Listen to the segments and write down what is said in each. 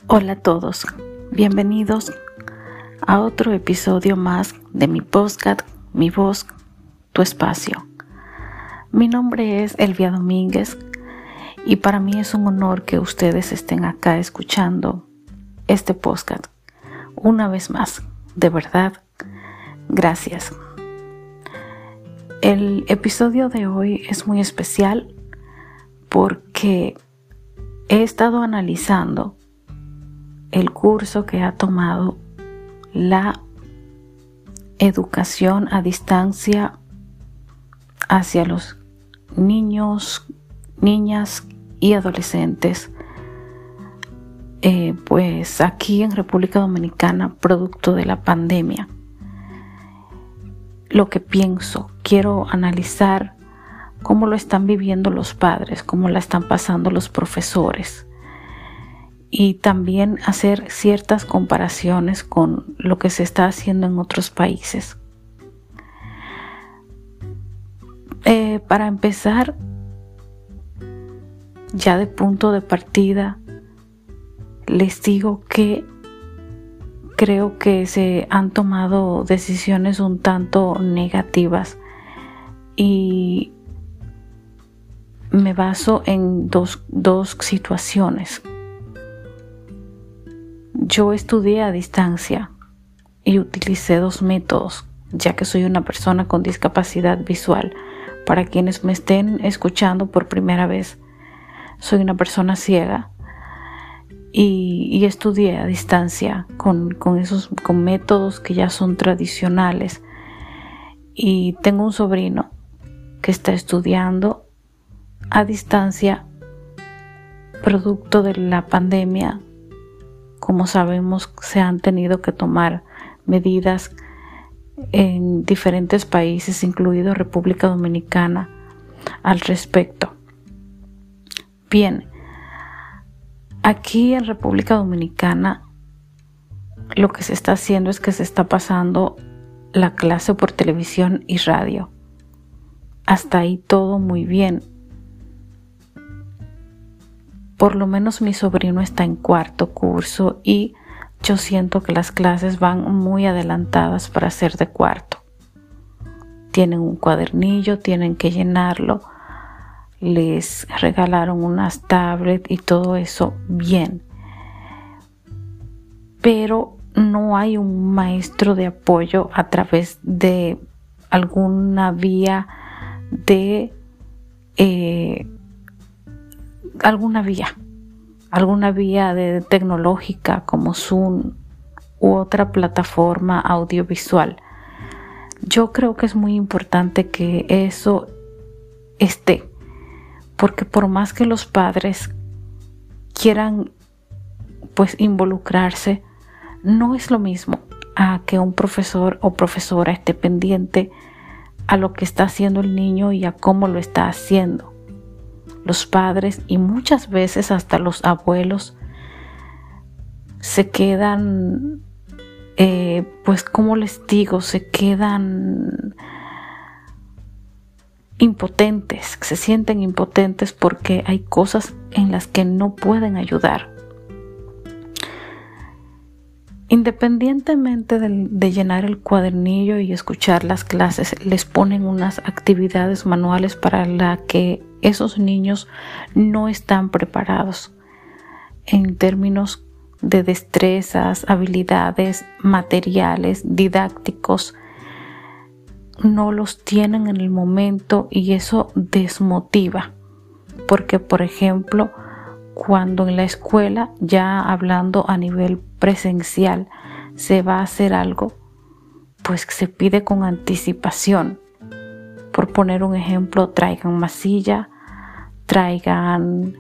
Hola a todos, bienvenidos a otro episodio más de mi podcast, Mi Voz, Tu Espacio. Mi nombre es Elvia Domínguez y para mí es un honor que ustedes estén acá escuchando este podcast. Una vez más, de verdad, gracias. El episodio de hoy es muy especial porque he estado analizando el curso que ha tomado la educación a distancia hacia los niños, niñas y adolescentes, pues aquí en República Dominicana, producto de la pandemia. Lo que pienso, quiero analizar cómo lo están viviendo los padres, cómo la están pasando los profesores, y también hacer ciertas comparaciones con lo que se está haciendo en otros países. Para empezar, ya de punto de partida, les digo que creo que se han tomado decisiones un tanto negativas y me baso en dos situaciones. Yo estudié a distancia y utilicé dos métodos, ya que soy una persona con discapacidad visual. Para quienes me estén escuchando por primera vez, soy una persona ciega y estudié a distancia con métodos que ya son tradicionales. Y tengo un sobrino que está estudiando a distancia producto de la pandemia. Como sabemos, se han tenido que tomar medidas en diferentes países, incluido República Dominicana, al respecto. Bien, aquí en República Dominicana lo que se está haciendo es que se está pasando la clase por televisión y radio. Hasta ahí todo muy bien. Por lo menos mi sobrino está en cuarto curso y yo siento que las clases van muy adelantadas para ser de cuarto. Tienen un cuadernillo, tienen que llenarlo, les regalaron unas tablets y todo eso bien. Pero no hay un maestro de apoyo a través de alguna vía alguna vía tecnológica como Zoom u otra plataforma audiovisual. Yo creo que es muy importante que eso esté, porque por más que los padres quieran pues involucrarse, no es lo mismo a que un profesor o profesora esté pendiente a lo que está haciendo el niño y a cómo lo está haciendo. Los padres y muchas veces hasta los abuelos se quedan, pues como les digo, se quedan impotentes, se sienten impotentes porque hay cosas en las que no pueden ayudar. Independientemente de llenar el cuadernillo y escuchar las clases, les ponen unas actividades manuales para las que esos niños no están preparados en términos de destrezas, habilidades, materiales, didácticos. No los tienen en el momento y eso desmotiva. Porque, por ejemplo, cuando en la escuela, ya hablando a nivel presencial, se va a hacer algo, pues se pide con anticipación. Por poner un ejemplo, traigan masilla, traigan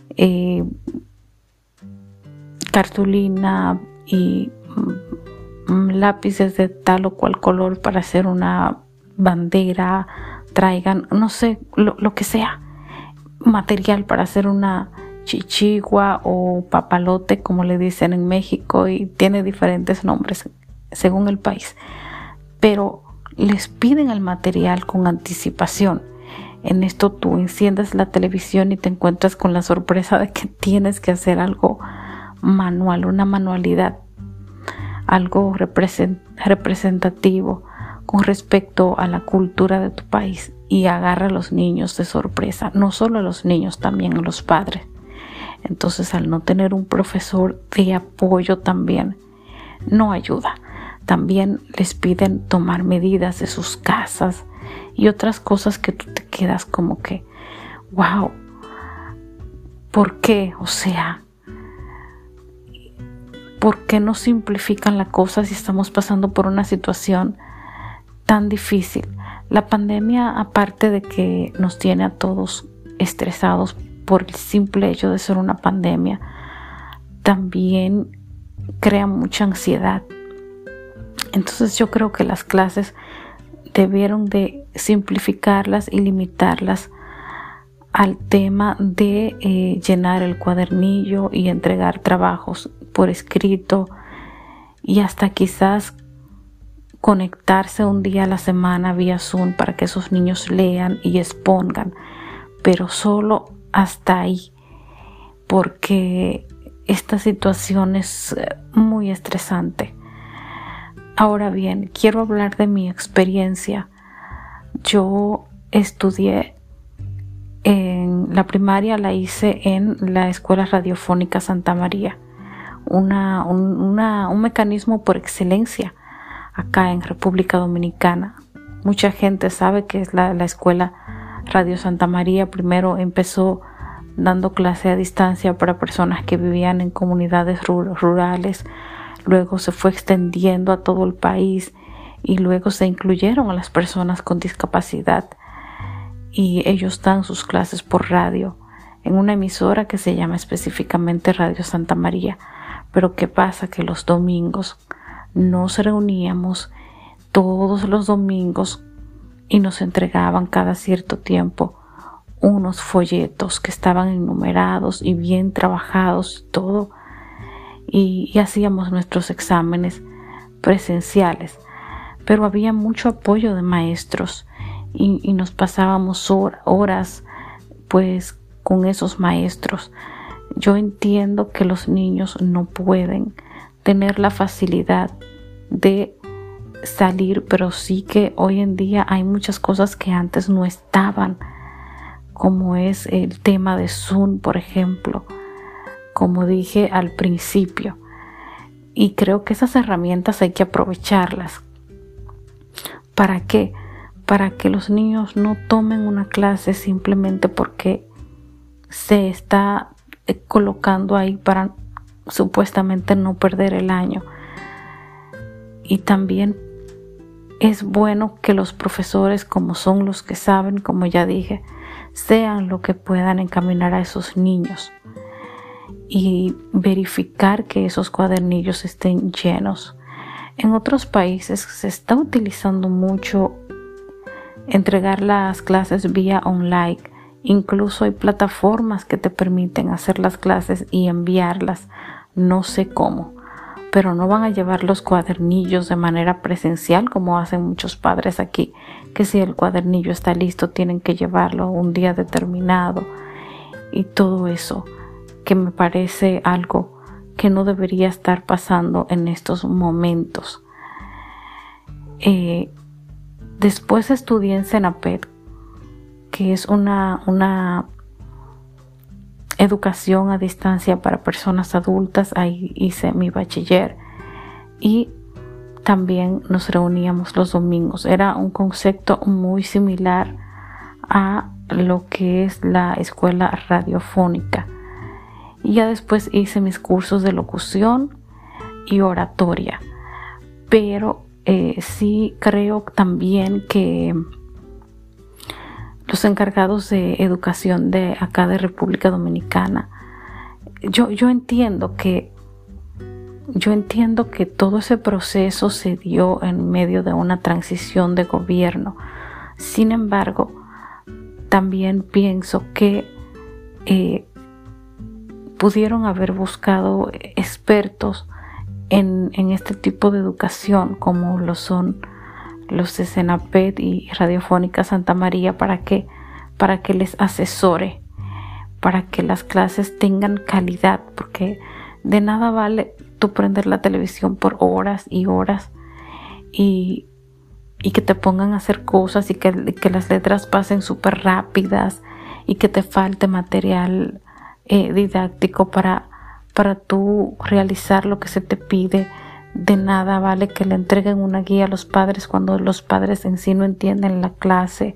cartulina y lápices de tal o cual color para hacer una bandera, traigan, no sé, lo que sea, material para hacer una chichigua o papalote, como le dicen en México, y tiene diferentes nombres según el país, pero les piden el material con anticipación. En esto tú enciendes la televisión y te encuentras con la sorpresa de que tienes que hacer algo manual, una manualidad, algo representativo con respecto a la cultura de tu país, y agarra a los niños de sorpresa, no solo a los niños, también a los padres. Entonces, al no tener un profesor de apoyo también no ayuda. También les piden tomar medidas de sus casas y otras cosas que tú te quedas como que, wow, ¿por qué? O sea, ¿por qué no simplifican la cosa si estamos pasando por una situación tan difícil? La pandemia, aparte de que nos tiene a todos estresados por el simple hecho de ser una pandemia, también crea mucha ansiedad. Entonces yo creo que las clases debieron de simplificarlas y limitarlas al tema de llenar el cuadernillo y entregar trabajos por escrito, y hasta quizás conectarse un día a la semana vía Zoom para que esos niños lean y expongan, pero solo hasta ahí, porque esta situación es muy estresante. Ahora bien, quiero hablar de mi experiencia. Yo estudié en la primaria, la hice en la Escuela Radiofónica Santa María, un mecanismo por excelencia acá en República Dominicana. Mucha gente sabe que es la Escuela Radio Santa María. Primero empezó dando clase a distancia para personas que vivían en comunidades rurales, luego se fue extendiendo a todo el país y luego se incluyeron a las personas con discapacidad, y ellos dan sus clases por radio en una emisora que se llama específicamente Radio Santa María. Pero ¿qué pasa? Que los domingos nos reuníamos todos los domingos y nos entregaban cada cierto tiempo unos folletos que estaban enumerados y bien trabajados, todo, y hacíamos nuestros exámenes presenciales. Pero había mucho apoyo de maestros y nos pasábamos horas pues con esos maestros. Yo entiendo que los niños no pueden tener la facilidad de salir, pero sí que hoy en día hay muchas cosas que antes no estaban, como es el tema de Zoom, por ejemplo, como dije al principio. Y creo que esas herramientas hay que aprovecharlas. ¿Para qué? Para que los niños no tomen una clase simplemente porque se está colocando ahí para supuestamente no perder el año. Y también es bueno que los profesores, como son los que saben, como ya dije, sean lo que puedan encaminar a esos niños y verificar que esos cuadernillos estén llenos. En otros países se está utilizando mucho entregar las clases vía online. Incluso hay plataformas que te permiten hacer las clases y enviarlas. No sé cómo, pero no van a llevar los cuadernillos de manera presencial como hacen muchos padres aquí, que si el cuadernillo está listo tienen que llevarlo un día determinado y todo eso, que me parece algo que no debería estar pasando en estos momentos. Después estudié en CENAPED, que es una educación a distancia para personas adultas. Ahí hice mi bachiller y también nos reuníamos los domingos. Era un concepto muy similar a lo que es la escuela radiofónica. Y ya después hice mis cursos de locución y oratoria. Pero sí creo también que los encargados de educación de acá de República Dominicana, yo entiendo que todo ese proceso se dio en medio de una transición de gobierno. Sin embargo, también pienso que pudieron haber buscado expertos en este tipo de educación, como lo son los de CENAPED y Radiofónica Santa María, para que les asesore, para que las clases tengan calidad, porque De nada vale tú prender la televisión por horas y horas y que te pongan a hacer cosas y que las letras pasen súper rápidas y que te falte material didáctico para tú realizar lo que se te pide. De nada vale que le entreguen una guía a los padres cuando los padres en sí no entienden la clase.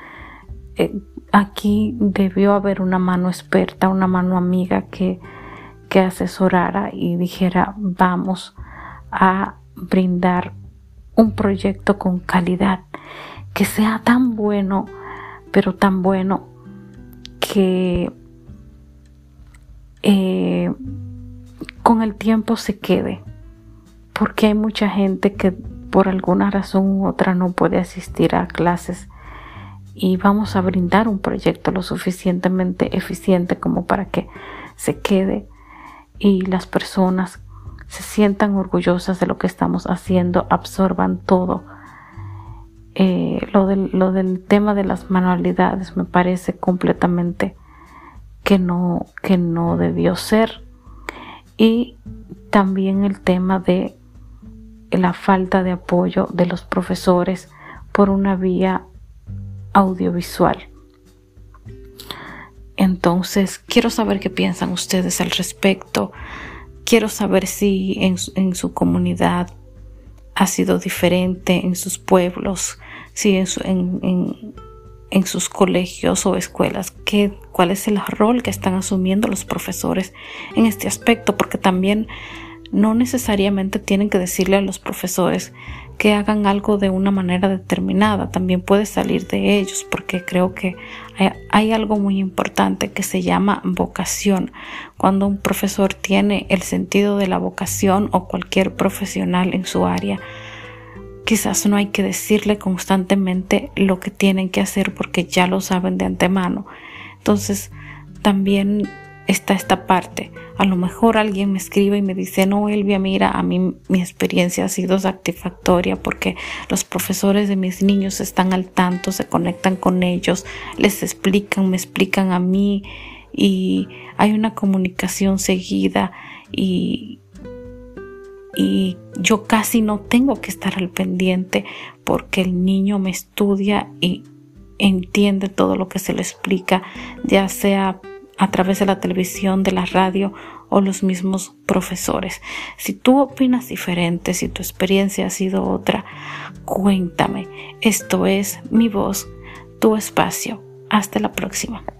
Aquí debió haber una mano experta, una mano amiga que asesorara y dijera: vamos a brindar un proyecto con calidad, que sea tan bueno, pero tan bueno que con el tiempo se quede, porque hay mucha gente que por alguna razón u otra no puede asistir a clases, y vamos a brindar un proyecto lo suficientemente eficiente como para que se quede y las personas se sientan orgullosas de lo que estamos haciendo, absorban todo. Lo del tema de las manualidades me parece completamente que no debió ser. Y también el tema de la falta de apoyo de los profesores por una vía audiovisual. Entonces, quiero saber qué piensan ustedes al respecto. Quiero saber si en su comunidad ha sido diferente, en sus pueblos, si en sus colegios o escuelas, cuál es el rol que están asumiendo los profesores en este aspecto, porque también no necesariamente tienen que decirle a los profesores que hagan algo de una manera determinada, también puede salir de ellos, porque creo que hay algo muy importante que se llama vocación. Cuando un profesor tiene el sentido de la vocación, o cualquier profesional en su área, quizás no hay que decirle constantemente lo que tienen que hacer porque ya lo saben de antemano. Entonces también está esta parte. A lo mejor alguien me escribe y me dice: no, Elvia, mira, a mí mi experiencia ha sido satisfactoria porque los profesores de mis niños están al tanto, se conectan con ellos, les explican, me explican a mí, y hay una comunicación seguida, y yo casi no tengo que estar al pendiente porque el niño me estudia y entiende todo lo que se le explica, ya sea a través de la televisión, de la radio o los mismos profesores. Si tú opinas diferente, si tu experiencia ha sido otra, cuéntame. Esto es Mi Voz, Tu Espacio. Hasta la próxima.